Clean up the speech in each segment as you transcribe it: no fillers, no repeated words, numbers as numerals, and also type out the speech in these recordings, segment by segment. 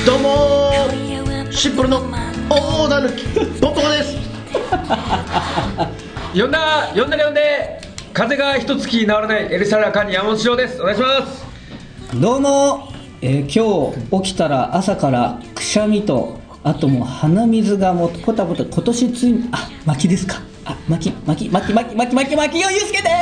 どうもシンプルの大田抜きポッポコです呼んで風邪が一月治らないエルシャラカニ山本翔です。お願いします。 どうも、今日起きたら朝からくしゃみと、あともう鼻水がもうポタポタ、今年ついに巻きですか、巻きよゆうすけです。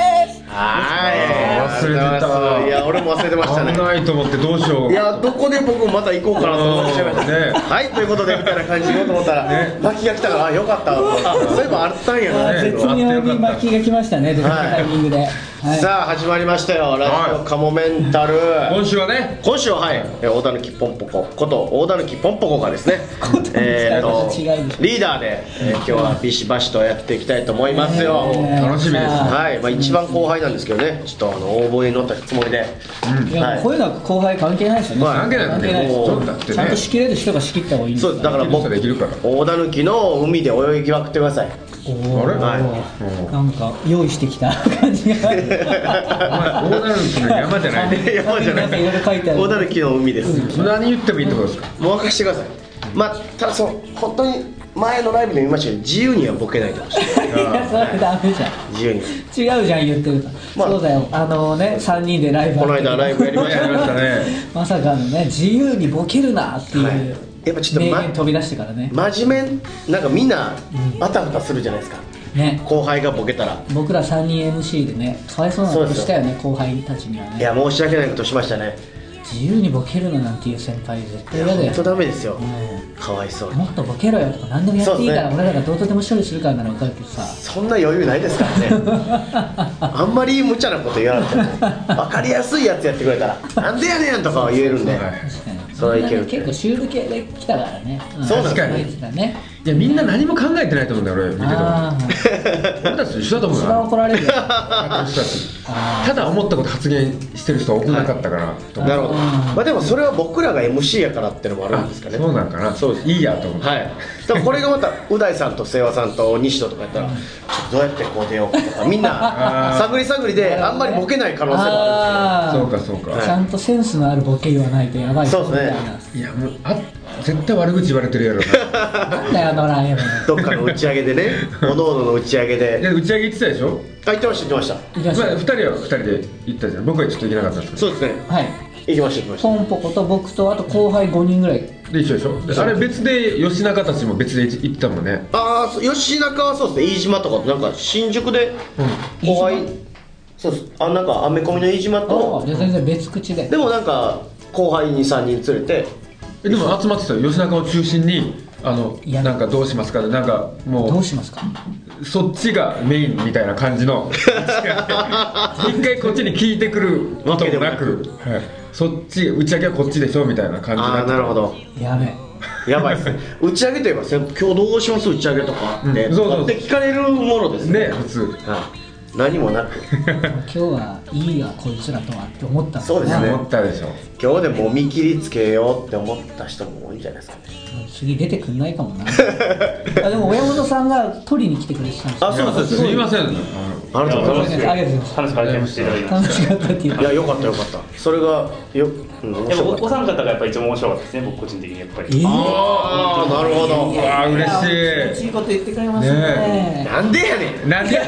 はい忘れてた。 いや俺も忘れてましたね。 危ないと思ってどうしよう。 いやどこで僕もまた行こうかなと思っちゃいましたね。 はいということでみたいな感じで言おうと思ったら、 ね、 巻きが来たからよかった。そういえばあったんやな、 絶妙に巻きが来ましたね、タイミングで。 さあ始まりましたよ、ラジオカモメンタル。 今週ははい大田抜きポンポコこと大田抜きポンポコがですねリーダーで、今日はビシバシとやっていきたいと思いますよ。 楽しみです。 はい、一番後輩なんですけどね、ちょっと応募に乗ったつもりで、 いやこういうのは後輩関係ないですよね。 関係ないです。 ちゃんと仕切れる人が仕切った方がいいんですよ。 そうだから僕大田抜きの海で泳ぎまくってください。 なんか用意してきた感じが。 大田抜きの山じゃないね。 山じゃない。 いろいろ書いてある。 大田抜きの海です。 何言ってもいいってことですか。 もう任せてください。ただ本当に前のライブで見ましたけど、自由にはボケないでほしい。 いやそれダメじゃん。 自由に。 違うじゃん言ってると。そうだよ。3人でライブ。 この間ライブやりましたね。 まさかのね、自由にボケるなっていう。 やっぱちょっと名言飛び出してからね。 真面目なんかみんなバタバタするじゃないですか。ね。後輩がボケたら。 僕ら3人 MC でね、かわいそうなことしたよね、後輩たちにはね。 いや申し訳ないことしましたね。 自由にボケるのなんていう先輩絶対嫌だよ。 本当ダメですよ。かわいそう。 もっとボケろよとか何でもやっていいから、俺らがどうとでも処理するからなら分かるけどさ。 そんな余裕ないですからね。あんまり無茶なこと言わなくても分かりやすいやつやってくれたらなんでやねんとかは言えるんで。それはいける。 結構シュール系で来たからね。 そうなんですね。いやみんな何も考えてないと思うんだよ俺見てても。俺たちと一緒だと思うな。 一番怒られるよ。 ただ思ったこと発言してる人は多くなかったから。 なるほど。でもそれは僕らが MC やからってのもあるんですかね。 そうなんかな。そうです。いいやと思って。はい。 でもこれがまたう大さんと清和さんと西野とかやったらどうやってこう出ようかとかみんな探りであんまりボケない可能性もあるんですよ。そうか。 ちゃんとセンスのあるボケ言わないとやばい。 そうですね。 いやもう絶対悪口言われてるやろなんだよライブ。 どっかの打ち上げでね、おのおのの打ち上げで。 打ち上げ行ってたでしょ。 行ってました。 2人は2人で行ったじゃん。僕はちょっと行けなかったんですけど。 そうですね。はい。行きました。 ポンポコと僕とあと後輩5人ぐらいで一緒でしょ。あれ別で吉中たちも別で行ってたもんね。 吉中はそうですね。飯島とかなんか新宿で後輩、そうです。なんかアメコミの飯島と全然別口で。 でもなんか後輩に3人連れて。 でも集まってたよ。吉中を中心になんかどうしますか、なんかもうどうしますか、 そっちがメインみたいな感じの一回こっちに聞いてくることもなく、そっち打ち上げはこっちでしょみたいな感じになって。 なるほど。やばいですね。打ち上げといえば今日どうします打ち上げとかって聞かれるものですね普通。 何もなく今日はいいわこいつらとはって思ったんですね。 そうですね。 思ったでしょ。 今日でもみ切りつけようって思った人も多いんじゃないですかね。 次出てくんないかもな。でも親元さんが取りに来てくれてたんですよ。 そうです。すみません。 ありがとうございます。 ありがとうございます。 楽しかったっていう。 いやよかった。それがお三方がやっぱり一番面白かったですね。僕個人的にやっぱり。 なるほど。 嬉しい。 嬉しいこと言ってくれますね。 なんでやねん。 なんで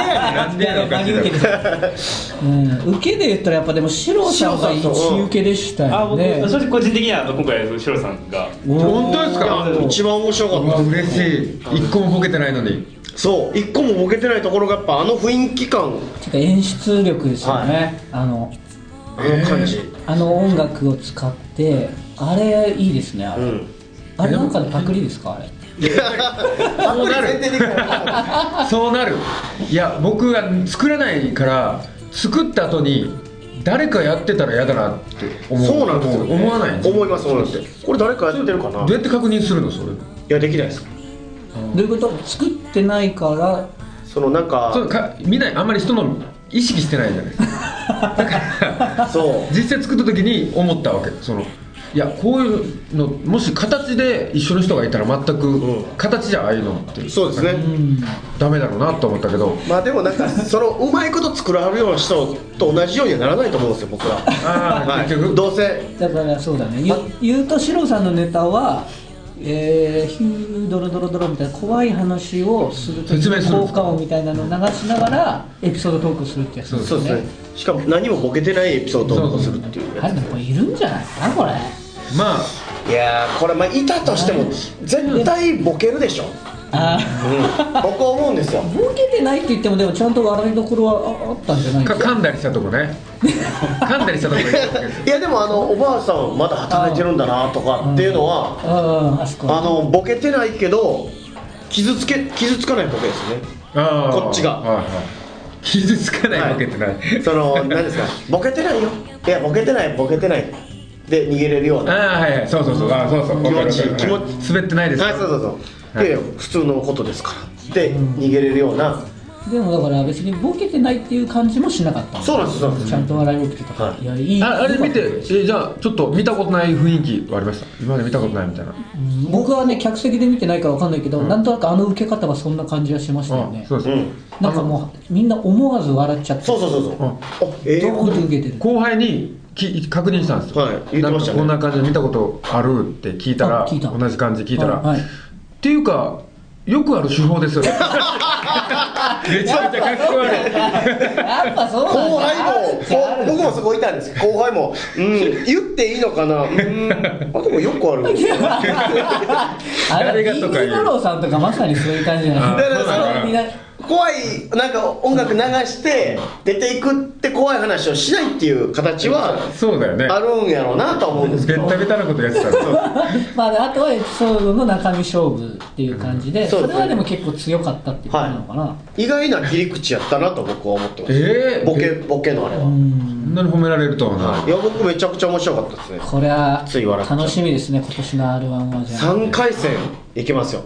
受けで言ったらやっぱでもシロさんが一受けでしたよね。 僕正直個人的には今回シロさんが本当ですか。 一番面白かった。 嬉しい。一個もボケてないのに。 そう一個もボケてないところがやっぱ雰囲気感。 演出力ですよね。 感じ。 音楽を使ってあれいいですね。あれなんかのパクリですかあれ。 そうなる。いや僕が作らないから作った後に誰かやってたら嫌だなって思う。 そうなんですよ。 思わないんですよ。 思います。これ誰かやってるかな。 どうやって確認するのそれ。いやできないです。 どういうこと。作ってないからなんかみんなあんまり人の意識してないじゃないですか。だからそう実際作った時に思ったわけ。 いやこういうのもし形で一緒の人がいたら全く形じゃああいうのってそうですね、 ダメだろうなと思ったけど、 まあでもなんかそのうまいこと作らはるような人と同じようにはならないと思うんですよ僕は。はい、 結局どうせだからそうだね、ゆうとしろうさんのネタはヒュードロドロドロみたいな怖い話をするときの効果音みたいなのを流しながらエピソードトークするってやつですそうよね。 ですね、しかも何もボケてないエピソードをするっていうあれでもいるんじゃないかなこれ。 まあいやーこれまあいたとしても絶対ボケるでしょ、僕は思うんですよ。 ボケてないって言ってもでもちゃんと笑いどころはあったんじゃないですか。 噛んだりしたとこね噛んだりしたとこいやでもおばあさんまだ働いてるんだなとかっていうのはあそこボケてないけど傷つかないボケですね、こっちが、 はいはい、傷つかないボケてない、 その何ですかボケてないよ、いやボケてないで逃げれるような、 はいはい、そうそうそう、気持ち滑ってないですか、 はい、そうそうそう、いや普通のことですからで逃げれるような。 でもだから別にボケてないっていう感じもしなかった。 そうなんです、そうなんです。 ちゃんと笑いを起きてたから、いやいい。 あれ見て、じゃあちょっと見たことない雰囲気はありました？今まで見たことないみたいな。 僕はね客席で見てないからわかんないけど、なんとなく受け方はそんな感じはしましたよね。 そうです。 なんかもうみんな思わず笑っちゃって。 そうどう受けてる。 後輩に確認したんですよ。 はい、言ってましたね。 こんな感じで見たことあるって聞いたら、同じ感じ聞いたら、っていうかよくある手法ですよね。めちゃめちゃかっこ悪い。 やっぱそうなんだ。 後輩も僕もそこいたんです。後輩も言っていいのかな。でもよくある。 あれがとか言う。五郎さんとかまさにそういう感じじゃないですか。 怖いなんか音楽流して出ていくって怖い話をしないっていう形はそうだよね。 あるんやろうなと思うんですけど。 ベタベタなことやってたら。 まああとはエピソードの中身勝負っていう感じで、それはでも結構強かったっていうことなのかな。 意外な切り口やったなと僕は思ってます。ボケのあれは。 そんなに褒められるとはな。 いや僕めちゃくちゃ面白かったですね。 これは楽しみですね、今年の R1 は。じゃあ 3回戦いけますよ。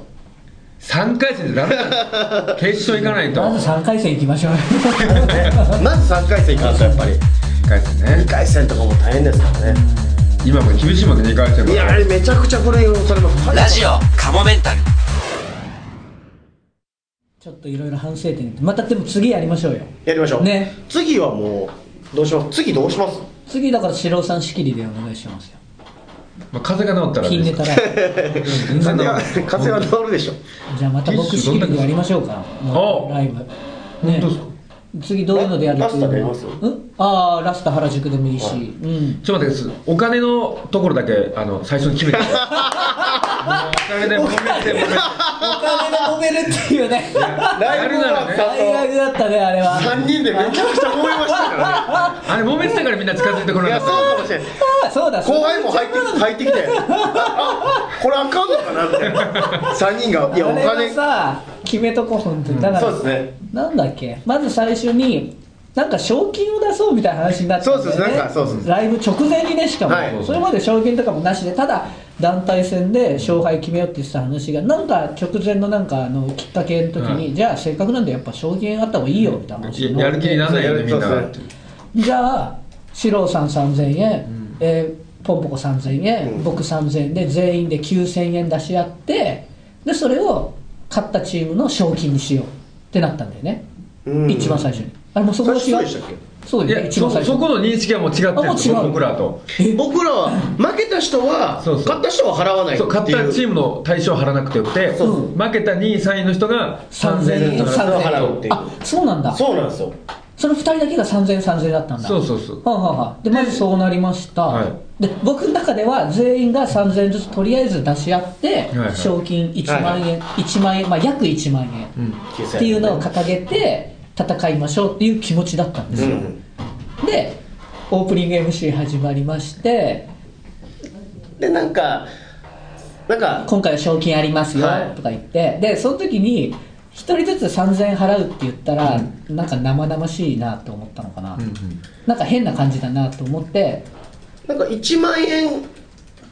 3回戦でダメだ。決勝行かないと。 まず3回戦行きましょう。 まず3回戦行かないとやっぱり。 2回戦ね。 2回戦とかも大変ですからね。 今も厳しいもんね、2回戦。 いやあれめちゃくちゃこれされます。 ラジオカモメンタル。 ちょっといろいろ反省点またでも次やりましょうよ。 やりましょう。 ね。 次はもうどうします？次どうします？ 次だから白尾さん仕切りでお願いしますよ。 風が治ったらピンネタライブ。 風は治るでしょ。 じゃあまた僕仕切りでやりましょうか。ライブ。ね。次どういうのでやるっていうのは。ラスト原宿でもいいし。 ちょっと待ってください。お金のところだけ最初に決めて。お金で揉めて。 お金で揉めるっていうね。 ライブは最悪だったねあれは。 3人でめちゃくちゃ揉めましたからね。 あれ揉めてたからみんな近づいてこなかった。 いやそうかもしれない。 そうだ。 後輩も入ってきて。これあかんのかなみたいな。3人がいやお金。 あれはさ決めとこ本当にだから。 そうですね。 なんだっけまず最初に。なんか賞金を出そうみたいな話になってたんだよね。 そうです、なんかライブ直前にねしかも、それまで賞金とかもなしでただ団体戦で勝敗決めようって言ってた話がなんか直前のなんかきっかけの時に、じゃあせっかくなんでやっぱ賞金あった方がいいよみたいな話やる気にならないよねみんな。 じゃあ四郎さん3000円、ポンポコ3000円、僕3000円で全員で9000円出し合ってでそれを勝ったチームの賞金にしようってなったんだよね、一番最初に。あれもうそこが違う。そうですね。 そこの認識はもう違ってるんですよ。僕らと。 僕らは負けた人は勝った人は払わない。 勝ったチームの対象は払わなくてよくて、負けた2位3位の人が3000円払うっていう。 あ、そうなんだ。 そうなんですよ。 その2人だけが3000円3000円だったんだ。 そう。 でまずそうなりました。で僕の中では全員が3000円ずつとりあえず出し合って賞金1万円1万円約1万円っていうのを掲げて。戦いましょうっていう気持ちだったんですよ、でオープニング MC 始まりましてでなんか今回は賞金ありますよとか言って、でその時に1人ずつ3000円払うって言ったら、なんか生々しいなと思ったのかな、なんか変な感じだなと思ってなんか1万円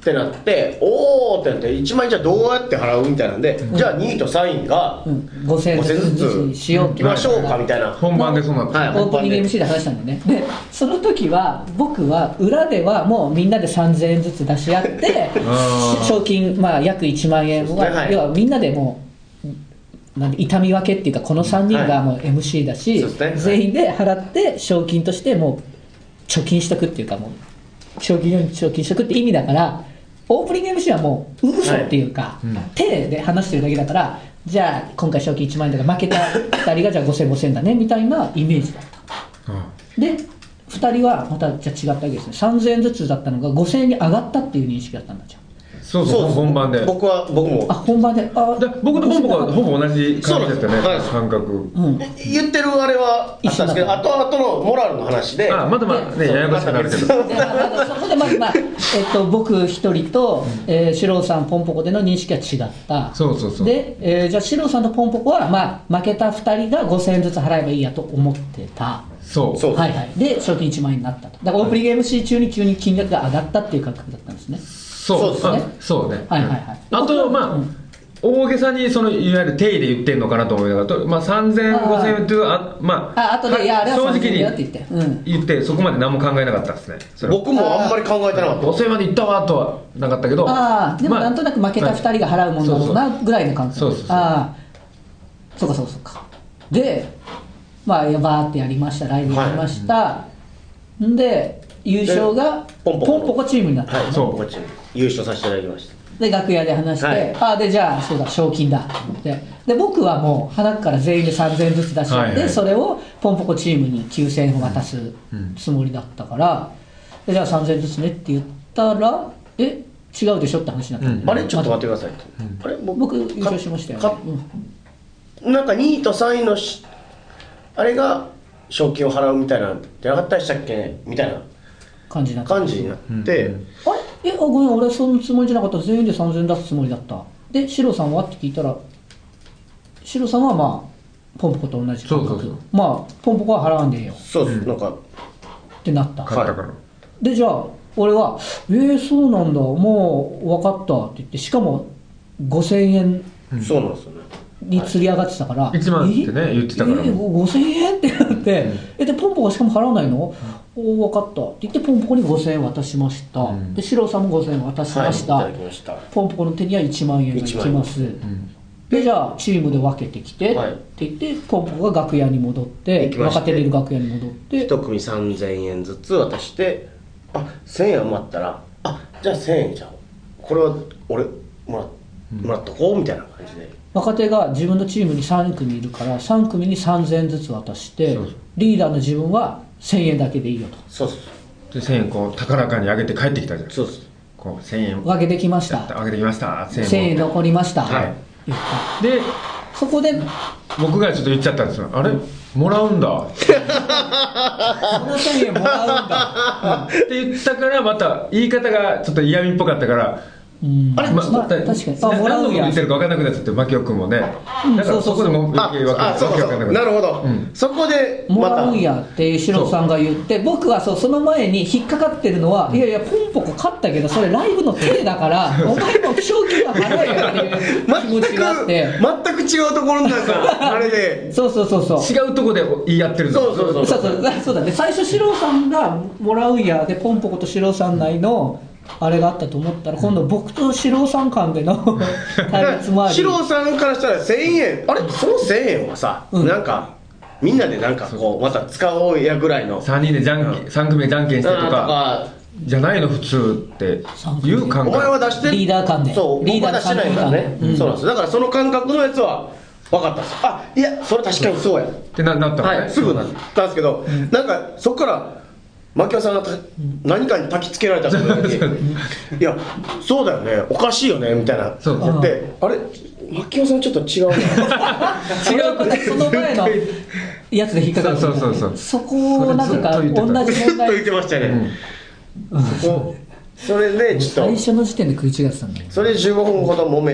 ってなっておーってなって1万円じゃあどうやって払うみたいなんで、じゃあ2位と3位が 5000円ずつにしようって行きましょうかみたいな、 本番でそうなった、 はいオープニング MC で話したんだよね。でその時は僕は裏ではもうみんなで3000円ずつ出し合って賞金、まあ、約1万円は、 はい、 要はみんなでもうなんで痛み分けっていうかこの3人がもう MC だし、 そうですね、 全員で払って賞金としてもう貯金しとくっていうかもう賞金用に貯金しとくって意味だからオープニング MC はもう嘘っていうか、手で話してるだけだからじゃあ今回賞金1万円だから負けた2人がじゃあ5000、5000だねみたいなイメージだった。で2人はまたじゃあ違ったわけですね。3000円ずつだったのが5000円に上がったっていう認識だったんだじゃん。 そう本番で僕も本番で僕とポンポコはほぼ同じ感じだったね、 はい感覚、 言ってるあれはあったんですけど、後々のモラルの話でまだねややこしくなるけど、 そこで僕一人と、シローさんポンポコでの認識は違った。 そうで、じゃあシローさんとポンポコは、まあ、負けた2人が5000円ずつ払えばいいやと思ってた。 そうはいはい。で賞金1万円になったと。だからオープニング MC 中に急に金額が上がったっていう感覚だったんですね。 そうですね。 はいはいはい。 あと大げさにいわゆる定位で言ってんのかなと思いながら、3000、5000円っていうあとであれは正直に言ってそこまで何も考えなかったですね。 僕もあんまり考えてなかった。 5000円までいったわとはなかったけど、 でもなんとなく負けた2人が払うもんだろうなぐらいの感覚。そうか。でバーってやりました、ライブやりました。で優勝がポンポコチームになった。 ポンポコチーム優勝させていただきました。 で楽屋で話して、でじゃあそうだ賞金だと思って、で僕はもう鼻から全員で3000円ずつ出しちゃって、それをポンポコチームに9000円を渡すつもりだったから、でじゃあ3000円ずつねって言ったら違うでしょって話になったんで、 あれちょっと待ってくださいと、あれ僕優勝しましたよね。 なんか2位と3位のあれが賞金を払うみたいなじゃなかったでしたっけみたいな感じになって、 ごめん俺そのつもりじゃなかった、全員で3000円出すつもりだった。でシロさんはって聞いたら、シロさんはポンポコと同じ感覚、ポンポコは払わんでええよなんかってなった。 はい、 でじゃあ俺はそうなんだもう分かったって言って、しかも5000円そうなんですよねに釣り上がってたから、 1万ってね言ってたから 5000円ってなって、でポンポコしかも払わないの、分かったって言ってポンポコに5000円渡しました。でシロさんも5000円渡しました。ポンポコの手には1万円がいきます。でじゃあチームで分けてきて、って言ってポンポコが楽屋に戻って、若手でいる楽屋に戻って 1組3000円ずつ渡して、1000円余ったらじゃあ1000円じゃんこれは俺もらっとこうみたいな感じで、 若手が自分のチームに3組いるから3組に3000円ずつ渡して、リーダーの自分は1000円だけでいいよと。 そうで1000円高らかに上げて帰ってきたじゃん。 そうです。 1000円上げてきました。 上げてきました。 1000円残りました。 言った。でそこで僕がちょっと言っちゃったんですよ。あれもらうんだ。この1000円もらうんだ。 って言ったからまた言い方がちょっと嫌味っぽかったから。 あれ確かに何のこと言ってるか分からなくなっちゃって、牧雄君もね、だからそこでも余計分からなくなっちゃって、 なるほど、そこでもらうんやってシロさんが言って、僕はその前に引っかかってるのは、いやいやポンポコ勝ったけどそれライブの手だからお前も賞金は払えよっていう気持ちがあって、 全く違うところなんかあれでそう違うところで言い合ってるんだ。 そうだね。最初シロさんがもらうんやでポンポコとシロさん内のあれがあったと思ったら、今度僕と四郎さん間での対立もあり、 四郎さんからしたら1000円、あれその1000円はさ、なんかみんなでなんかこうまた使おうやぐらいの 3人で3組でじゃんけんしてとかじゃないの普通っていう感覚。 お前は出してリーダー間で、 そう僕は出してないからね、そうなんです。だからその感覚のやつは分かったんですよ。いやそれ確かにそうやってなったのね。 すぐなったんですけど、なんかそこから牧雄さんが何かに焚きつけられた時にいやそうだよねおかしいよねみたいな言って、あれ牧雄さんちょっと違うな違うことその前のやつで引っかかって、そこをなんか同じ問題ずっと言ってましたね。それでちょっと最初の時点で食い違ってたんだよ。 それで15分ほど揉め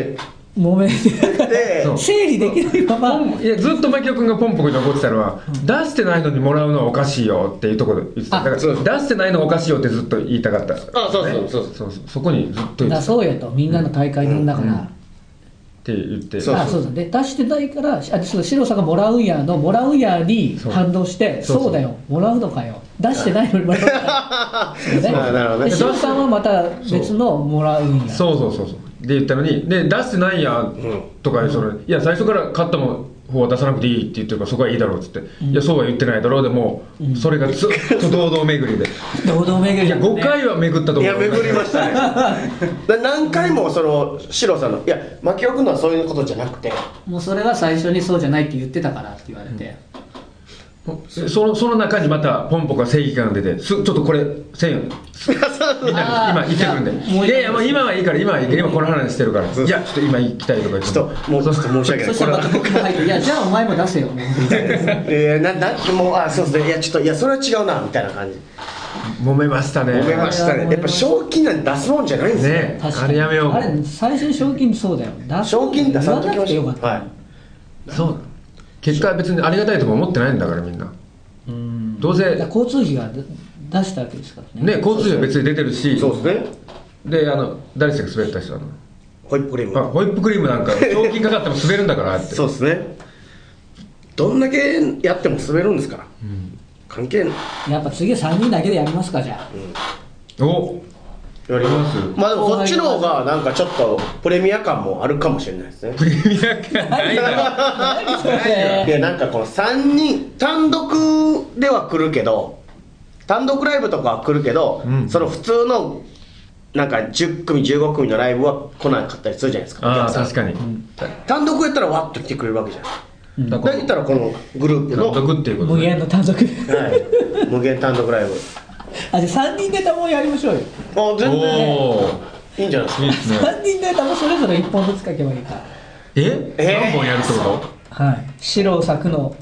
揉めでそう整理できないままいやずっと牧雄君がポンポコに怒ってたのは、出してないのにもらうのはおかしいよっていうところで言ってた。だからそう出してないのがおかしいよってずっと言いたかった。 そうそこにずっと言ってたっだそうよと、みんなの大会なんだから、 て言って、 そうそうだね、出してないから、そうシロさんがもらうんやのもらうんやに反応して、 そうそうだよ、もらうのかよ、出してないのにもらうのかよ、そうねなるほどねでシロさんはまた別のもらうんや、 そうで言ったのに、で出してないやとか、いや最初から買った方は出さなくていいって言ってるからそこはいいだろうっつって、いやそうは言ってないだろうでも、それがずっと堂々巡りで堂々巡りいやだもんね 5回は巡ったと思う。 いや巡りましたね何回もそのシロさんのいや牧雄君のはそういうことじゃなくてもうそれは最初にそうじゃないって言ってたからって言われて、 その中にまたポンポコが正義感が出てちょっとこれ1000円みんな今言ってくるんで、いやいやもう今はいいから今この話してるから、いやちょっと今行きたいとか言ってちょっともうちょっと申し訳ないそしたらまた僕も入って、いやじゃあお前も出せよもうそうですねいやちょっといやそれは違うなみたいな感じ揉めましたね。 揉めましたねやっぱ賞金なんて出すもんじゃないんですよね確かにあれやめよう。 あれ最初に賞金そうだよ、 賞金出さんときましょうよかった、 はいそう結果は別にありがたいとも思ってないんだからみんな。どうせだから交通費が出したわけですからね。 交通費は別に出てるし、 そうですねで誰でしたっけ滑った人ホイップクリームホイップクリームなんか賞金かかっても滑るんだからってそうですねどんだけやっても滑るんですから、関係ないやっぱ次は3人だけでやりますか、じゃあ。 おやりますやりますまあでもこっちの方がなんかちょっとプレミア感もあるかもしれないですねプレミア感ないだろ何それいやなんかこの3人単独では来るけど単独ライブとかは来るけど、その普通のなんか10組15組のライブは来なかったりするじゃないですかああお客さん確かに、 単独やったらわっと来てくれるわけじゃないだから言ったらこのグループの、 単独っていうこと無ね。 限の単独はい、無限単独ライブあ、じゃあ3人ネタもやりましょうよ。 あ全然おいいんじゃないですかいいですね。 3人ネタもそれぞれ1本ずつ書けばいいから。 何本やるってこはい、白作の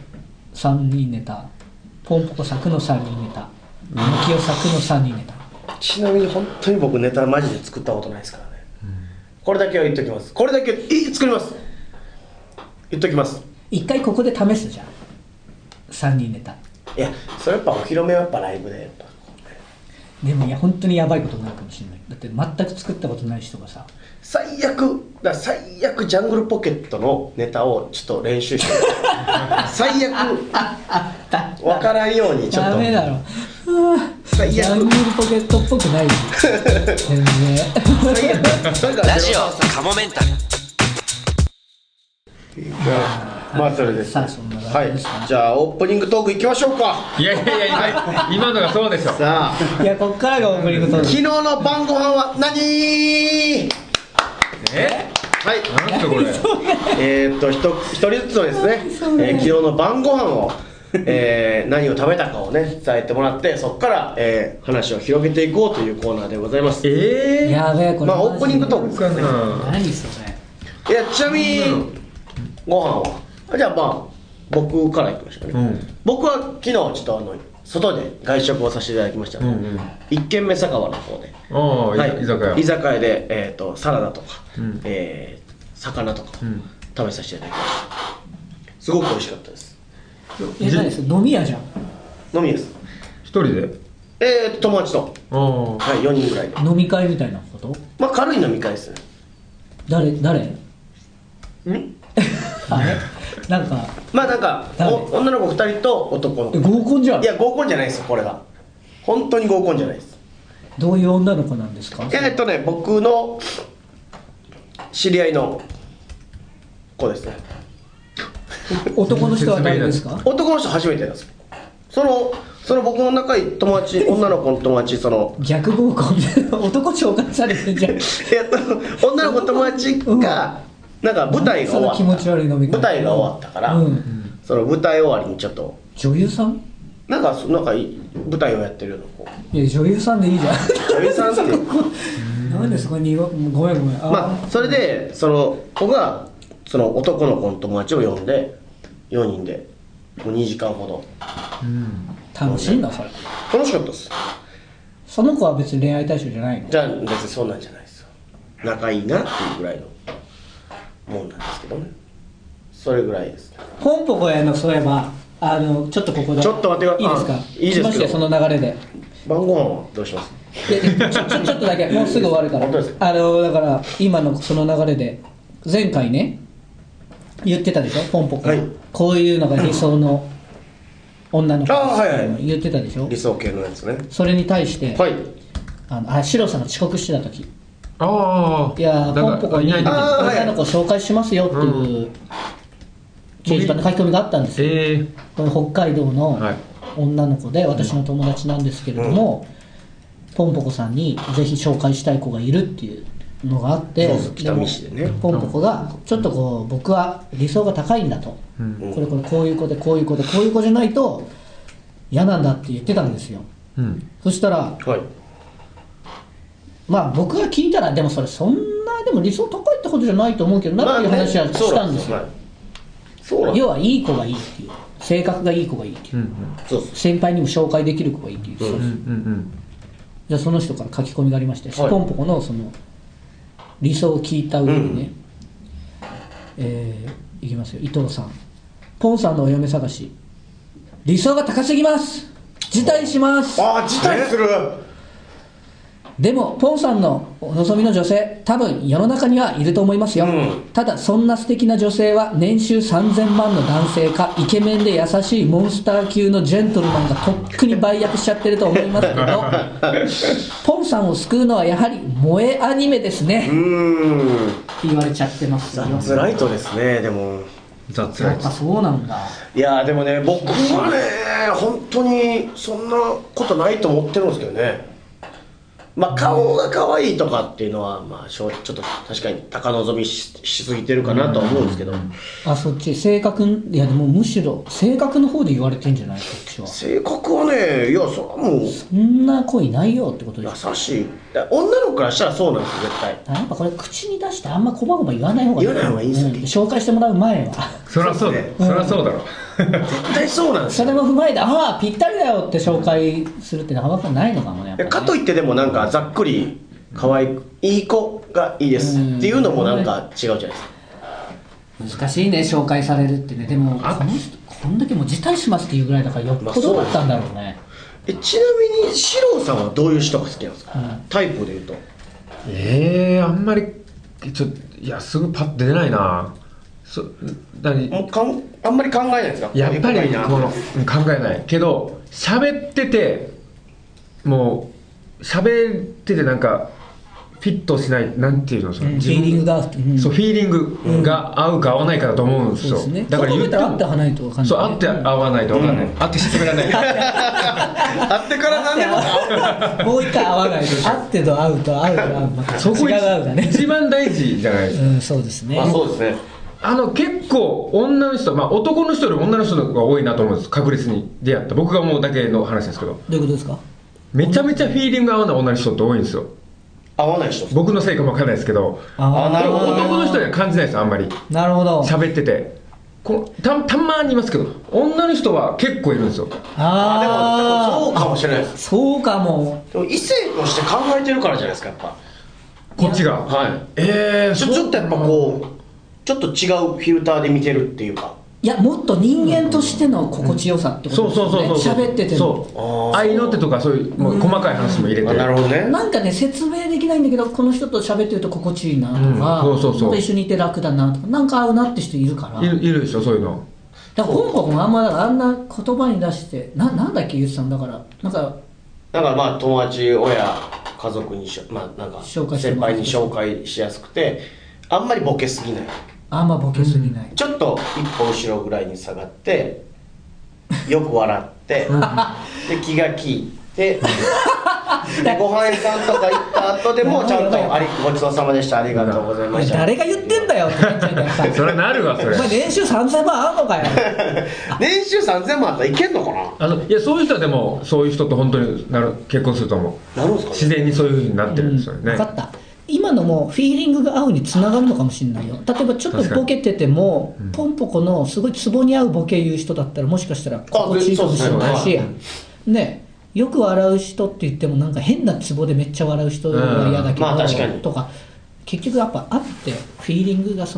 3人ネタ、ポンポコ作の3人ネタ、牧雄作の3人ネタ。 ちなみに本当に僕ネタマジで作ったことないですからね、これだけは言っときますこれだけ作ります言っときます 1回ここで試すじゃん、3人ネタ。 いやそれやっぱお披露目はやっぱライブでやっぱでもいや本当にやばいことになるかもしれない。だって全く作ったことない人がさ、 最悪ジャングルポケットのネタをちょっと練習して最悪分からんようにちょっとダメだろ。 最ジャン悪グルポケットっぽくないし全然最悪なんかラジオカモメンタル。 まあそれですさあそんなは感じですかね。 いじゃあオープニングトークいきましょうかと。いや今のがそうでしょ。 さあいやこっからがオープニングトーク。 昨日の晩ご飯は何はいなんだこれ。 一人ずつのですね、昨日の晩ご飯を、何を食べたかをね伝えてもらってそこから、話を広げていこうというコーナーでございますやべえこれまあオープニングトークですからね何それ。 いやちなみにご飯はじゃあまあ僕からいきましょうかね、僕は昨日ちょっと外で外食をさせていただきましたので、一軒目酒場の方で居酒屋。 居酒屋で、サラダとか、魚とか食べさせていただきましたすごく美味しかったです何それ飲み屋じゃん。 飲みです一人で。 友達と、 ああ。 はい、4人ぐらいで飲み会みたいなこと。 まあ軽い飲み会ですね誰んあれなんかまあなんか誰女の子2人と男の子合コンじゃん。 いや合コンじゃないですよこれが本当に合コンじゃないですどういう女の子なんですか。 僕の知り合いの子ですね男の人は誰ですか。 男の人初めてなんですその僕の仲いい友達女の子の友達逆合コンみたいな男紹介されてんじゃん。 女の子の友達がなんか舞台が終わったその気持ち悪い飲み会舞台が終わったから、その舞台終わりにちょっと女優さん。 なんか舞台をやってるような子いや女優さんでいいじゃん。 女優さんってなんでそこにごめんごめん。 まあそれでその子がその男の子の友達を呼んで4人でもう2時間ほど楽しいんだそれ。 楽しかったですその子は別に恋愛対象じゃないの。 じゃあ別にそんなんじゃないですよ仲いいなっていうぐらいのもんなんですけどね。それぐらいです。 ポンポコやの、そういえばちょっとここでちょっと待ってください。 いいですか？ いいですけどしましてその流れで晩ご飯はどうします？ ちょっとだけもうすぐ終わるから本当ですだから今のその流れで前回ね言ってたでしょ、ポンポコ、 はい、 こういうのが理想の女の子はい言ってたでしょ、 理想系のやつね。 それに対して、 はい、 シロさんが遅刻してた時、 いやポンポコに女の子を紹介しますよっていう掲示板の書き込みがあったんですよ、これ北海道の女の子で私の友達なんですけれども、ポンポコさんにぜひ紹介したい子がいるっていうのがあって、 北見市でね、 ポンポコがちょっとこう僕は理想が高いんだと、こういう子でこういう子でこういう子じゃないと嫌なんだって言ってたんですよ、そしたら、まあ僕が聞いたらでもそれそんなでも理想高いってことじゃないと思うけどなっていう話はしたんですよ、要はいい子がいいっていう、性格がいい子がいいっていう、先輩にも紹介できる子がいいっていう、じゃあその人から書き込みがありまして、ポンポコのその理想を聞いた上でね、いきますよ。伊藤さん、ポンさんのお嫁探し理想が高すぎます、辞退します。 辞退する。 でもポンさんのお望みの女性多分世の中にはいると思いますよ、ただそんな素敵な女性は年収3000万の男性かイケメンで優しいモンスター級のジェントルマンがとっくに売約しちゃってると思いますけどポンさんを救うのはやはり萌えアニメですねって言われちゃってますよ。 ザッツライトですね。でもザッツライト、やっぱそうなんだ。 いやでもね、僕はね本当にそんなことないと思ってるんですけどね。まあ顔が可愛いとかっていうのはまあちょっと確かに高望み しすぎてるかなとは思うんですけど、 そっち性格、いやでもむしろ性格の方で言われてんじゃない、こっちは。性格はね、いやそれはもうそんな子いないよってことです。 優しい女の子からしたらそうなんですよ絶対。 やっぱこれ口に出してあんまこまごま言わない方がいい。 言わない方がいいんですよ、 紹介してもらう前は。 そりゃそうだよ、そりゃそうだろ絶対そうなんですよ。 それも踏まえてぴったりだよって紹介するってなかなかないのかもね。 かといってでもなんかざっくり可愛いいい子がいいですっていうのもなんか違うじゃないですか。 難しいね、紹介されるってね。でもこの人こんだけもう辞退しますっていうぐらいだからよっぽどだったんだろうね。 ちなみに四郎さんはどういう人が好きなんですか、タイプでいうと。 あんまりいやすぐパッと出ないな。 あんまり考えないですか。 やっぱりこの考えないけど、喋っててもう喋っててなんかフィットしない、なんていうの、その自分フィーリングが合う、 そうフィーリングが合うか合わないかだと思うんですよ。 だから言っても合って合わないと分かんない。 そう、合って合わないと分かんない。合って喋らない。 合ってから何でも合う。 もう一回合わないと。合ってと合うと合うと合う。 そこ一番大事じゃないですか。 そうですね。 そうですね。 結構女の人、男の人より女の人が多いなと思うんです。確率に出会った僕が思うだけの話ですけど。 どういうことですか。 めちゃめちゃフィーリング合わない女の人って多いんですよ。 合わない人。 僕のせいかも分かんないですけど、 なるほど。 男の人には感じないです、あんまり。 なるほど。 喋っててたまにいますけど、女の人は結構いるんですよ。 でもそうかもしれないです。 そうかも。 でも異性として考えてるからじゃないですか、やっぱこっちが。 ちょっとやっぱこうちょっと違うフィルターで見てるっていうか。 いや、もっと人間としての心地よさってことですよね。喋ってても愛の手とかそういうもう細かい話も入れて。 なるほどね。 なんかね、説明できないんだけど、この人と喋ってると心地いいなとか、一緒にいて楽だなとか、なんか合うなって人いるから。 いるでしょ、そういうの。 だから本国もあんまだからあんな言葉に出してなんだっけ言ってたんだから、なんかまあ友達、親、家族になんか先輩に紹介しやすくて、あんまりボケすぎない。 あんまボケすぎない、 ちょっと一歩後ろぐらいに下がってよく笑ってで気が利いてでご飯屋さんとか行った後でもちゃんとごちそうさまでした、ありがとうございました。 誰が言ってんだよってなっちゃうんだよ。 それなるわ、それ。 お前年収3000万あんのかよ。 年収3000万あったらいけんのかな。 いや、そういう人はでもそういう人と本当に結婚すると思う。 なるんですかね。 自然にそういう風になってるんですよね。 分かった。今のもフィーリングが合うにつながるのかもしれないよ。例えばちょっとボケてても、ポンポコのすごいツボに合うボケ言う人だったらもしかしたら心地いいかもしれないし、ね、よく笑う人って言ってもなんか変なツボでめっちゃ笑う人は嫌だけど、とか結局やっぱ合ってフィーリングがその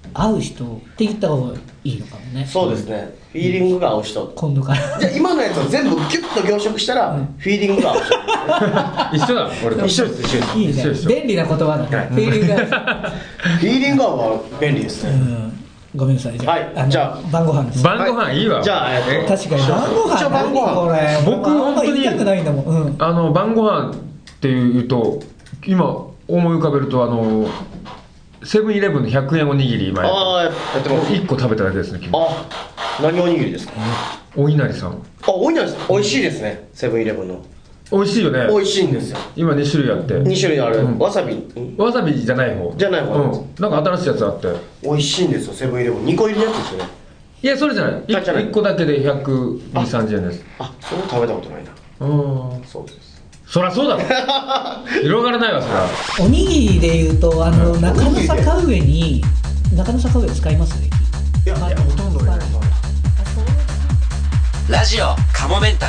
合う人って言った方がいいのかもね。 そうですね、フィーリングが合う人。 今度からじゃあ今のやつを全部ギュッと凝縮したら、フィーリングが合う人。 一緒だ俺と一緒です、一緒です。 いいね、 一緒一緒便利な言葉だね、 はいフィーリングがフィーリング合うは便利ですね。 ごめんなさい、じゃあ、 はいじゃあ晩ご飯です。 晩ご飯いいわ。 じゃあ確かに晩ご飯一応晩ご飯これ僕本当に言いたくないんだもん、 晩ご飯っていうと今思い浮かべるとセブンイレブンの100円おにぎり今ああやってます。 1個食べただけですね昨日。 あ、何おにぎりですか？ お稲荷さんあ、おいなりです。美味しいですね、セブンイレブンの。 美味しいよね。 美味しいんですよ。 今2種類あって 2種類ある、 うんわさび、 わさびじゃない方じゃない方なんか新しいやつあって。 美味しいんですよ、セブンイレブン2個入りのやつですよね。 いやそれじゃないあじゃない 1個だけで120、30円です。 あ、それ食べたことないな。そうです。 そりゃそうだろ広がらないわそりゃ。 おにぎりでいうと中野坂上に中野坂上使いますね。 いや、ほとんど入れない。 ラジオカモメンタ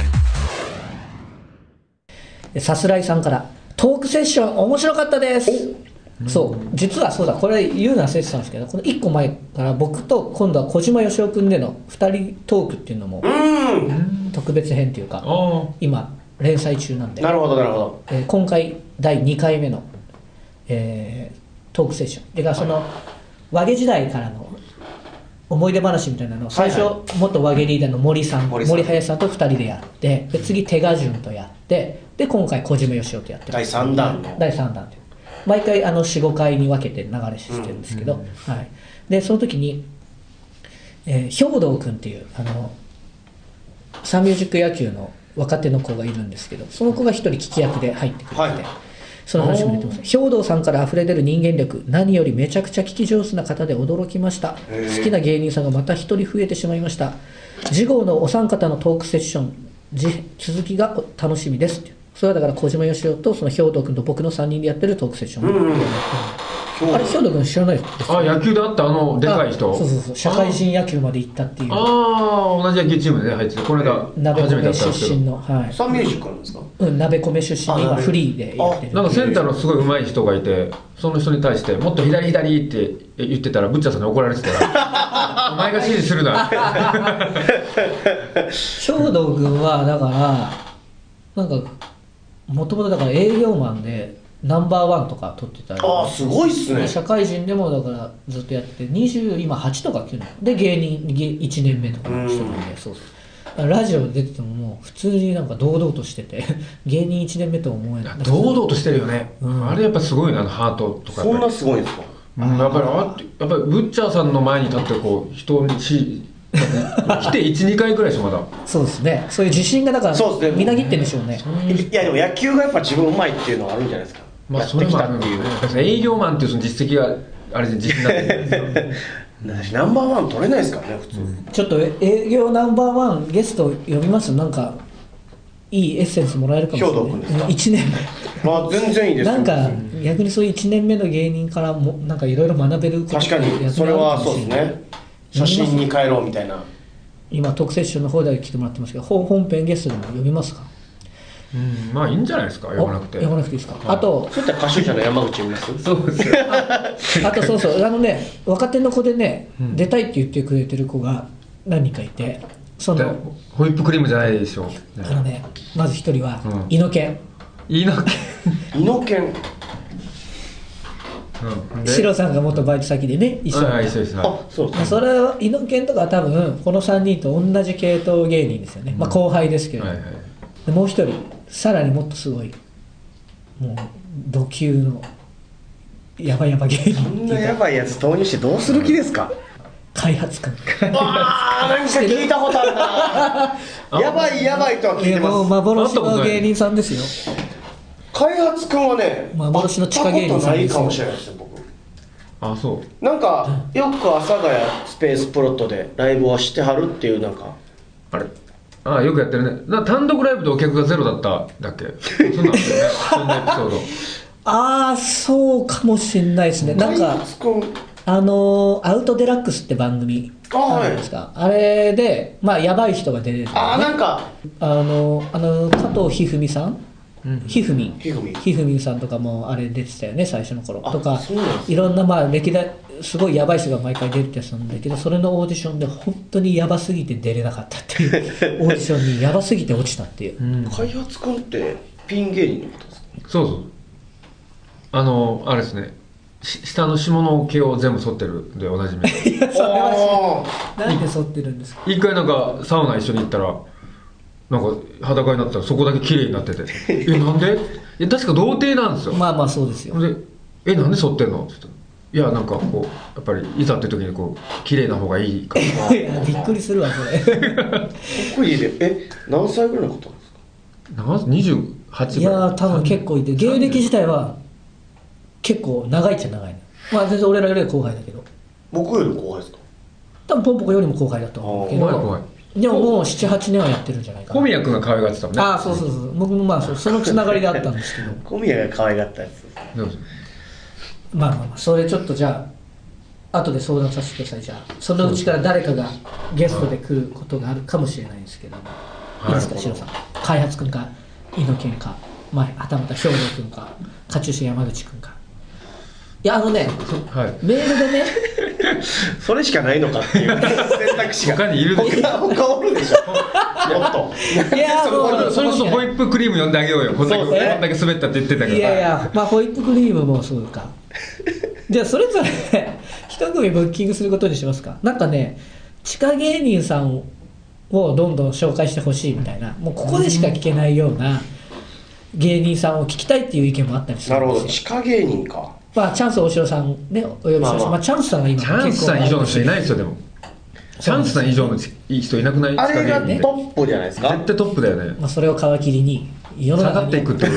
ル。 さすらいさんからトークセッション面白かったです。そう実はそうだ、これ言うの忘れてたんですけど、この1個前から僕と今度は小島よしおくんでの2人トークっていうのも特別編っていうか今連載中なんで、 なるほどなるほど。 今回第2回目の、トークセッションでがその和毛時代からの思い出話みたいなのを最初、元和毛リーダーの森林さんと2人でやって、で次手賀順とやって、で今回小島よしおとやって第3弾の第3弾で毎回45回に分けて流れしてるんですけど、はい、でその時に、兵道君っていうサンミュージック野球の若手の子がいるんですけど、その子が一人聞き役で入ってくれて、その話も出てます。兵道さんから溢れ出る人間力、何よりめちゃくちゃ聞き上手な方で驚きました。好きな芸人さんがまた一人増えてしまいました。次号のお三方のトークセッション続きが楽しみですって。それはだから小島よしおとその兵道君と僕の3人でやってるトークセッション、あれ兵道君知らないですか？ 野球であったでかい人。 そう社会人野球まで行ったっていう。 同じ野球チームで入ってて、この間初めて会ったんですけど。 出身の、はい、 サンミュージックなんですか？ 鍋米出身で今フリーでやってる。 なんかセンターのすごい上手い人がいて、その人に対してもっと左左って言ってたらブッチャーさんに怒られてたらお前が指示するな兵道君はだからなんかもともとだから営業マンでナンバーワンとか取ってたり、 すごいっすね。 社会人でもだからずっとやってて今8とか9年で芸人1年目とかの人なんで、そうラジオで出ててももう普通になんか堂々としてて芸人1年目とは思えない。 堂々としてるよね、あれやっぱすごいな、ハートとかそんなすごいんですか？ やっぱりブッチャーさんの前に立ってこう人に来て 1,2 回ぐらいでしょまだ。 そうですね、そういう自信がだからみなぎってんでしょうね。 いやでも野球がやっぱ自分うまいっていうのはあるんじゃないですか。 それもあるっていう営業マンっていうその実績があれで自信になってるんですよナンバーワン取れないですからね普通、 ちょっと営業ナンバーワンゲスト呼びます。なんかいいエッセンスもらえるかもしれない。 兵道君ですか 1年目全然いいですよ。 なんか逆にそういう1年目の芸人からもなんかいろいろ学べること確かにそれはそうですね。写真に帰ろうみたいな。 今特セッションの方で来てもらってますけど、本編ゲストでも呼びますか？ まあいいんじゃないですか、呼ばなくて。 呼ばなくていいですか？あとそういった歌手者の山口呼びます？ そうですよあとそう若手の子でね、出たいって言ってくれてる子が何人かいて、そのホイップクリームじゃないでしょ。 まず一人は猪犬。 猪犬。 シロさんが元バイト先でね一緒に。 一緒です。 そうです。 それは猪犬とか多分この3人と同じ系統芸人ですよね。まあ後輩ですけど。でもう一人さらにもっとすごいもう度級のヤバ芸人。 そんなヤバいやつ投入してどうする気ですか？ 開発官。 何か聞いたことあるな。ヤバいとは聞いてます。 もう幻の芸人さんですよ。 開発君はね、 幻の地下芸人さんですよ。 会ったことないかもしれないですよ僕。 そうなんかよく阿佐ヶ谷スペースプロットでライブをしてはるっていうなんかあれよくやってるね。単独ライブでお客がゼロだっただっけ？そんなんですよね。そんなエピソード。 そうかもしれないですね。なんかアウトデラックスって番組あるんですか？あれでやばい人が出てる、ね。 なんか加藤一二三ひふみんひふみんひふみんさんとかもあれ出てたよね最初の頃あとかそうなんですいろんなまあ歴代すごいやばい人が毎回出るってやつなんだけどそれのオーディションで本当にやばすぎて出れなかったっていうオーディションにやばすぎて落ちたっていう、 開発君ってピン芸人のことですか？ そうそうあれですね下の下の毛を全部剃ってるでおなじみいやそれはなんで剃ってるんですか？ 一回なんかサウナ一緒に行ったらなんか裸になったらそこだけ綺麗になっててなんで確か童貞なんですよ。 まあまあそうですよ。 でなんで剃ってんのって言ったらいやなんかこうやっぱりいざって時にこう綺麗な方がいいからいやびっくりするわこれ特技で何歳ぐらいの方ですか ？28ぐらい。 いや多分結構いて芸歴自体は結構長いっちゃ長いの。まあ全然俺らよりは後輩だけど僕より後輩ですか？ 多分ポンポコよりも後輩だと思うけど怖いでももう 7,8 年はやってるんじゃないかな。 小宮君が可愛がってたもんね。 ああそう僕もまあそのつながりであったんですけど小宮が可愛がったやつどうぞまあそれちょっとじゃあ後で相談させてください。じゃあそのうちから誰かがゲストで来ることがあるかもしれないんですけども、いいですかシロさん。開発君か猪野健かはたまた兵藤君かカチューシャ山口君か。いやはい、 メールでねそれしかないのかっていう選択肢が他にいるでしょ。 他おるでしょもっといやそれこそホイップクリーム呼んであげようよ。こんだけ滑ったって言ってたけど。 いやまあホイップクリームもそうかじゃあそれぞれ一組ブッキングすることにしますか。なんかね地下芸人さんをどんどん紹介してほしいみたいなもうここでしか聞けないような芸人さんを聞きたいっていう意見もあったりするんですよ。 なるほど地下芸人か。 まあチャンス大城さんねお呼びしました。まあチャンスさんが今チャンスさん以上の人いないですよ。でもチャンスさん以上のいい人いなくない？ あれがトップじゃないですか。 絶対トップだよね。 まあそれを皮切りに世の中に下がっていくってこと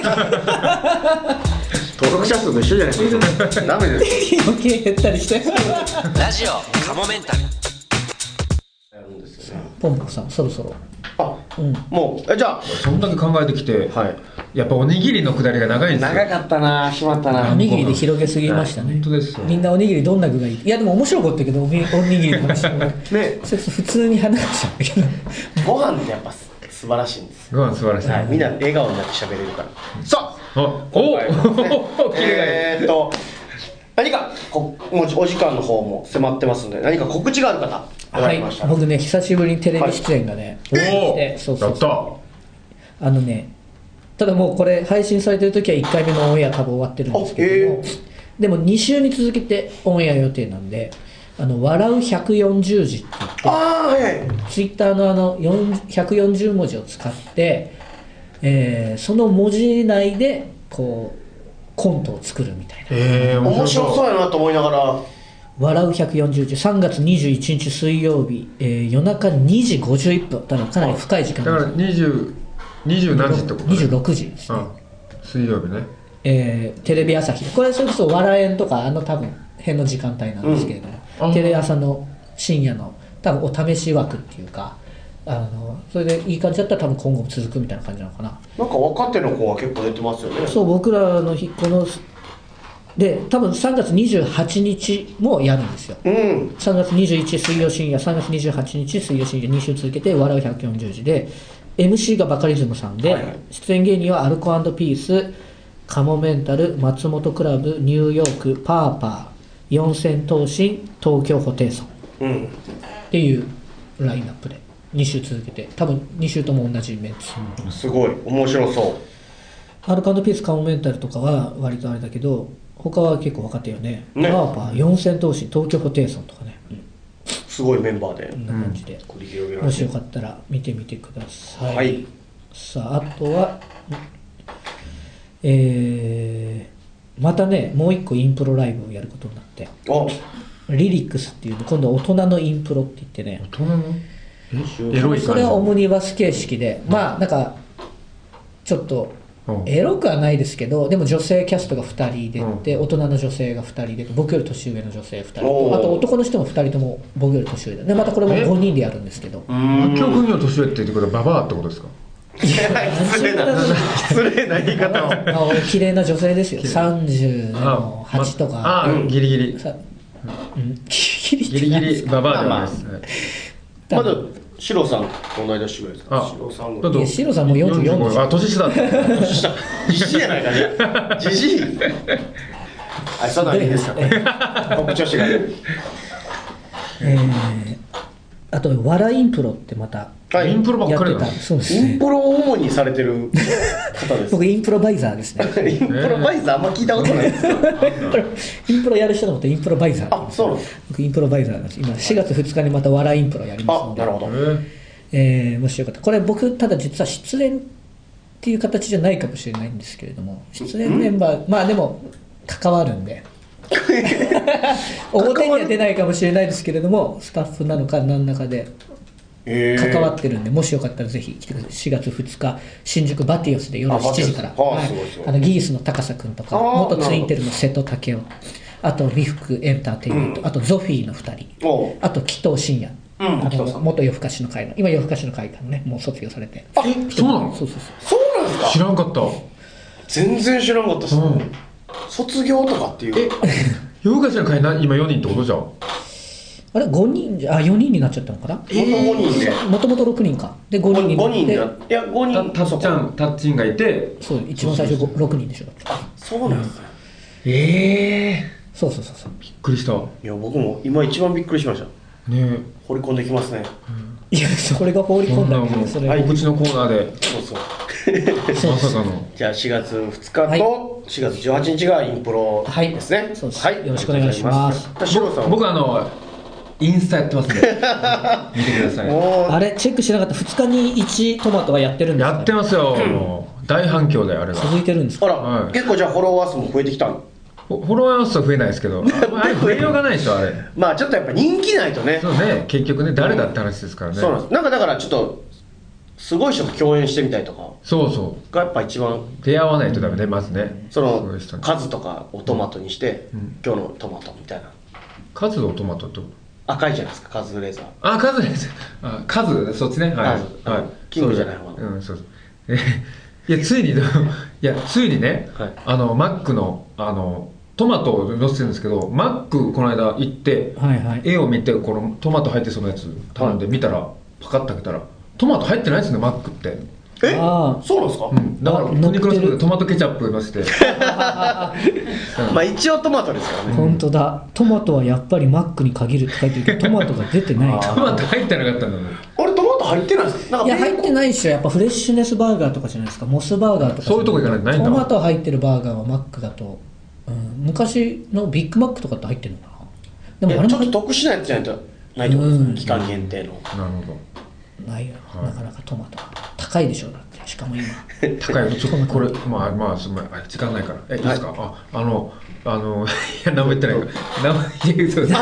登録者数も一緒じゃないですか。ダメです余計減ったりしてラジオカモメンタルやるんですよね。 ポンポコさんそろそろもうじゃあそんだけ考えてきて、 はいやっぱおにぎりのくだりが長いんですよ。 長かったなしまったなおにぎりで広げすぎましたね、 本当ですよ。 みんなおにぎりどんな具がいいいやでも面白かったけどおにぎりの話もね普通に話しちゃうんだけどご飯ってやっぱ素晴らしいんですよ。 ご飯素晴らしい。 はい、みんな笑顔になって喋れるから。さあおキレがいい。何かもうお時間の方も迫ってますんで何か告知がある方おられましたら。 僕ね久しぶりにテレビ出演がね、 おでそうやったただもうこれ配信されてる時は1回目のオンエア多分終わってるんですけども、でも2週に続けてオンエア予定なんで笑う140字って言ってツイッターの140文字を使って、その文字内でこうコントを作るみたいな、 面白そうやなと思いながら笑う140字3月21日水曜日、夜中2時51分だからかなり深い時間だから20何時ってこと 26時ですね、 水曜日ね、 テレビ朝日これそれこそ笑えんとか多分辺の時間帯なんですけれども、テレ朝の深夜の多分お試し枠っていうかそれでいい感じだったら多分今後も続くみたいな感じなのかな。 なんか若手の子が結構出てますよね。 そう僕らの日こので多分3月28日もやるんですよ、3月21日水曜深夜3月28日水曜深夜2週続けて笑う140時で MC がバカリズムさんで、出演芸人はアルコ&ピースカモメンタル松本クラブニューヨークパーパー四千頭身東京ホテイソン、っていうラインナップで2週続けて多分2週とも同じメンツ、 すごい面白そう。 アルコ&ピースカモメンタルとかは割とあれだけど他は結構分かってるよね。パーパー四千頭身東京ホテイソンとかね、 すごいメンバーでこんな感じで、 繰り広げられてもしよかったら見てみてください。 はい。 さああとはまたねもう一個インプロライブをやることになってリリックスっていう今度は大人のインプロって言ってね、 大人のエロい感じ。 それはオムニバス形式で、まあなんかちょっとエロくはないですけどでも女性キャストが2人出て、大人の女性が2人で僕より年上の女性2人とあと男の人も2人とも僕より年上でまたこれも5人でやるんですけど、 今日君より年上って言ってことはババアってことですか？ 失礼な言い方を綺麗な女性ですよ。38とかギリギリギリギリババアではないです。 まだシロさんと同い年ぐらいですか。シロさんぐらい。 いやシロさんもう44です。 あ、年下だった。 年下。じじいやないかね。じじい。あ、そんなんいいですか。告知をしてください。 あと笑いインプロってまたはい、 インプロばっかりだやってた。そうですね。 インプロを主にされてる方です。 僕インプロバイザーですね。 インプロバイザーあんま聞いたことないですか。 インプロやる人のことインプロバイザー。 あ、そうなんです。 僕インプロバイザーなんです。今4月2日にまた笑いインプロやりますのあ、 で。 なるほど。 もしよかったらこれ僕ただ実は出演っていう形じゃないかもしれないんですけれども、出演メンバーまあでも関わるんで表には出ないかもしれないですけれども、スタッフなのか何らかで関わってるんで、もしよかったらぜひ来てください。4月2日新宿バティオスで夜7時から、ギースの高佐君とか元ツインテルの瀬戸武雄、あと美福エンターテインメント、あとゾフィーの2人、あと紀藤真也、元夜更かしの会の、今夜更かしの会からねもう卒業されて。 あ、そうなの？ そうなんですか。 知らんかった。 全然知らんかったですね。卒業とかっていう。 夜更かしの会今4人ってことじゃん。 あれ5人じゃ4人になっちゃったのかな。 5人でもともと6人かで5人になって、 いや5人タッチンがいて、 そう一番最初6人でしょ。 あ、そうなんですね。 そうびっくりした。 いや僕も今一番びっくりしましたね。 放り込んできますね。 いやそれが放り込んだけど、それお口のコーナーでまさかの。 じゃあ4月2日と4月18日がインプロですね。 そうです。よろしくお願いします。 僕インスタやってますんで見てください。 あれチェックしなかった。2日に1トマトはやってるんですか。 やってますよ。大反響であれが続いてるんですか。 あら、結構じゃあフォロワー数も増えてきたの。 フォロワー数は増えないですけど、あれ増えようがないでしょあれ。 まあちょっとやっぱ人気ないとね。 そうね、結局ね誰だって話ですからね。 そうなんです。なんかだからちょっとすごい人と共演してみたいとか。 そうがやっぱ一番出会わないとダメね、まずね。 その数とかをトマトにして、今日のトマトみたいな。 数のトマトって赤いじゃないですか、カズレーザー。 あ、カズレーザー。カズ、そっちね。はい。 キングじゃない方の。 そう。いや、ついにね、マックの、トマトを載せてるんですけど、マックこの間行って、絵を見て、このトマト入ってそうなやつ頼んで見たら、パカッと開けたら、トマト入ってないですね、マックって。 そうなんですか。 だから苦肉の策でトマトケチャップ載せてまあ一応トマトですからね。 本当だ。トマトはやっぱりマックに限るって書いてるけど、トマトが出てない。 トマト入ってなかったんだね。 あれトマト入ってないですか。 いや入ってないっしょ。やっぱフレッシュネスバーガーとかじゃないですか。モスバーガーとかそういうとこ行かないとないんだ。 トマト入ってるバーガーはマックだと、昔のビッグマックとかって入ってるのかな。でもあれちょっと特殊なやつじゃないとないってことですね。期間限定の。 なるほど。ないよ、なかなかトマト高いでしょ。だってしかも今高い。ちょっとこれまあ時間ないからいいですか。いや何も言ってないから何もそうです。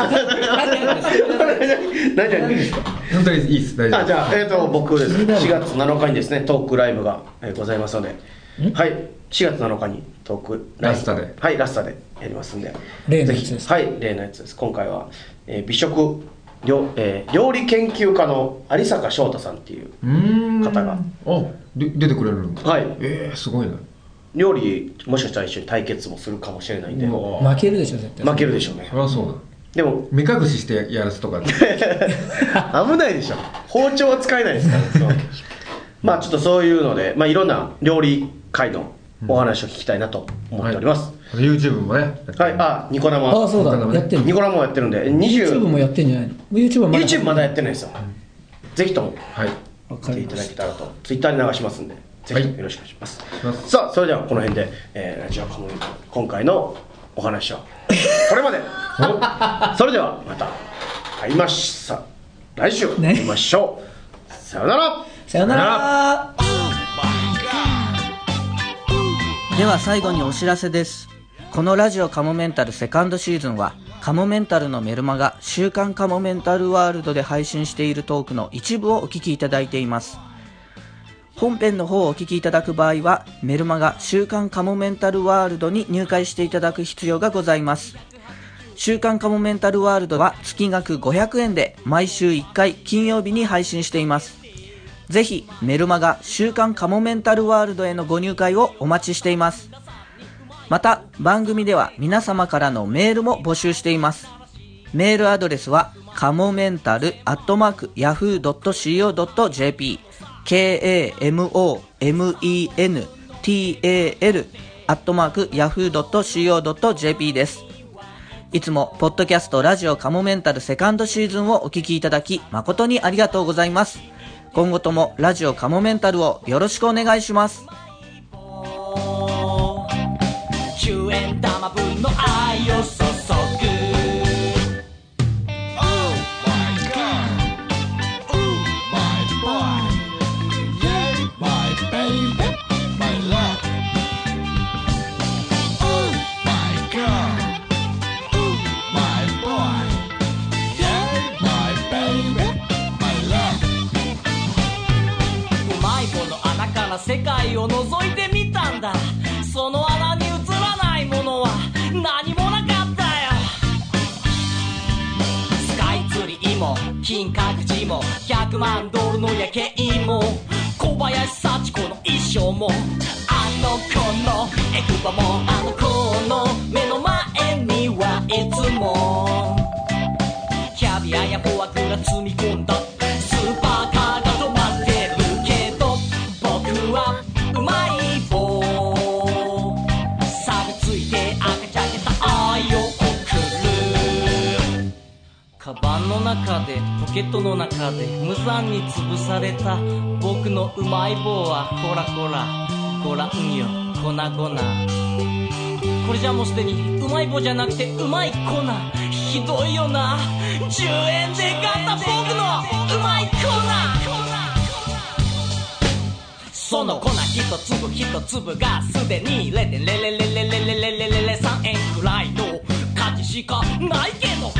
何ですか。 本当にいいです。大丈夫。 じゃあ僕です。4月7日にですねトークライブがございますので、はい、4月7日にトークラスタでラスタでやりますんで、 例のやつです。 はい、例のやつです。今回は美食料理研究家の有坂翔太さんっていう方が出てくれるんですか。 はい。 すごいね。 料理もしかしたら一緒に対決もするかもしれないんで。 負けるでしょ絶対。 負けるでしょうね。 そりゃそうだ。 でも目隠ししてやらすとか危ないでしょ。包丁は使えないですから。まあちょっとそういうので、いろんな料理界のお話を聞きたいなと思っております。 YouTube もね。 はい、ニコ生。 そうだ、やってる。 ニコ生もやってるんで、 YouTube もやってんじゃないの。 YouTube まだやってないですよ。ぜひとも見ていただけたらと Twitter に流しますんで、ぜひよろしくお願いします。さあそれではこの辺でラジオカモメント今回のお話はこれまで。それではまた会いましょう。来週会いましょう。さよなら。 さよなら。では最後にお知らせです。このラジオカモメンタルセカンドシーズンはカモメンタルのメルマガ週刊カモメンタルワールドで配信しているトークの一部をお聞きいただいています。本編の方をお聞きいただく場合はメルマガ週刊カモメンタルワールドに入会していただく必要がございます。週刊カモメンタルワールドは月額500円で毎週1回金曜日に配信しています。ぜひメルマガ週刊カモメンタルワールドへのご入会をお待ちしています。また番組では皆様からのメールも募集しています。 メールアドレスはかもめんたる@yahoo.co.jp kamomental@yahoo.co.jp です。いつもポッドキャストラジオカモメンタルセカンドシーズンをお聞きいただき誠にありがとうございます。今後ともラジオカモメンタルをよろしくお願いします。10円玉分の愛を注ぐ世界を覗いてみたんだ。その穴に映らないものは何もなかったよ。スカイツリーも金閣寺も100万ドルの夜景も小林幸子の衣装もあの子のエクバもあの子の目の前にはいつもキャビアやフォアグラ積み込んだスーパーカーが止まってるけど僕はうまい棒錆びついて赤ちゃけた愛を送る。カバンの中でポケットの中で無残に潰された僕のうまい棒はこらこらご覧よ粉々。これじゃもうすでにうまい棒じゃなくてうまい粉。ひどいよな。10円で買った僕のうまい粉。その粉一粒一粒がすでに 0.0000003 円くらいの価値しかないけど、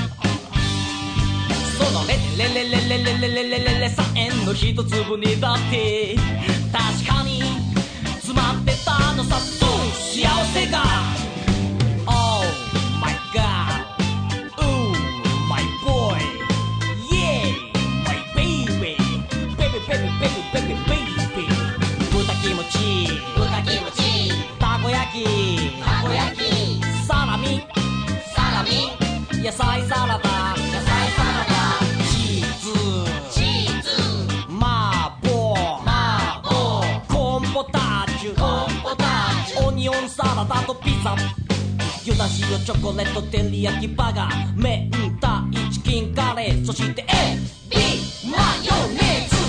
その 0.0000003 円の一粒にだって確かに詰まってたのさ。そう幸せが Oh my god Ooh my boy Yeah my baby Baby baby baby baby baby 豚キムチたこ焼きサラミ野菜サラダチーズ麻婆コーンポタージュオニオンサラダとピザユダシオチョコレート照り焼きバーガー明太チキンカレーそしてエビマヨネーズ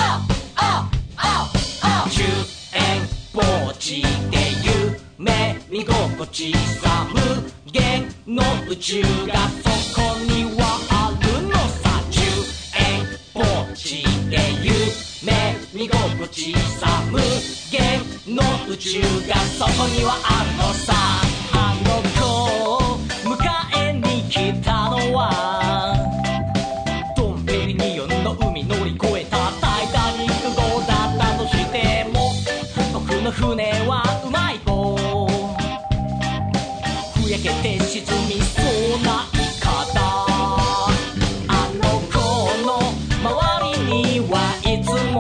10円ポーチで夢見心地さ無限の宇宙がそこにはあるのさ。10円ポーチで夢見心地さ無限の宇宙がそこにはあるのさ。あの子を迎えに来たのはドンペリニオンの海乗り越えたタイタニック号だったとしても僕の船はうまい棒ふやけて沈みそうなイカだ。あの子の周りにはいつも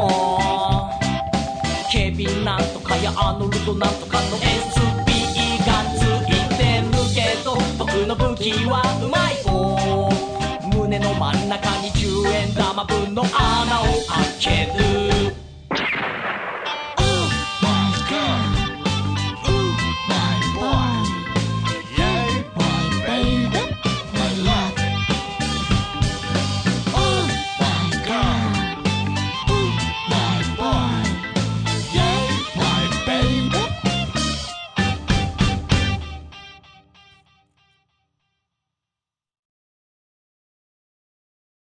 ケビンなんとかやアーノルドなんとかの SB がついてるけど僕の武器はうまい棒胸の真ん中に10円玉分の穴を開ける。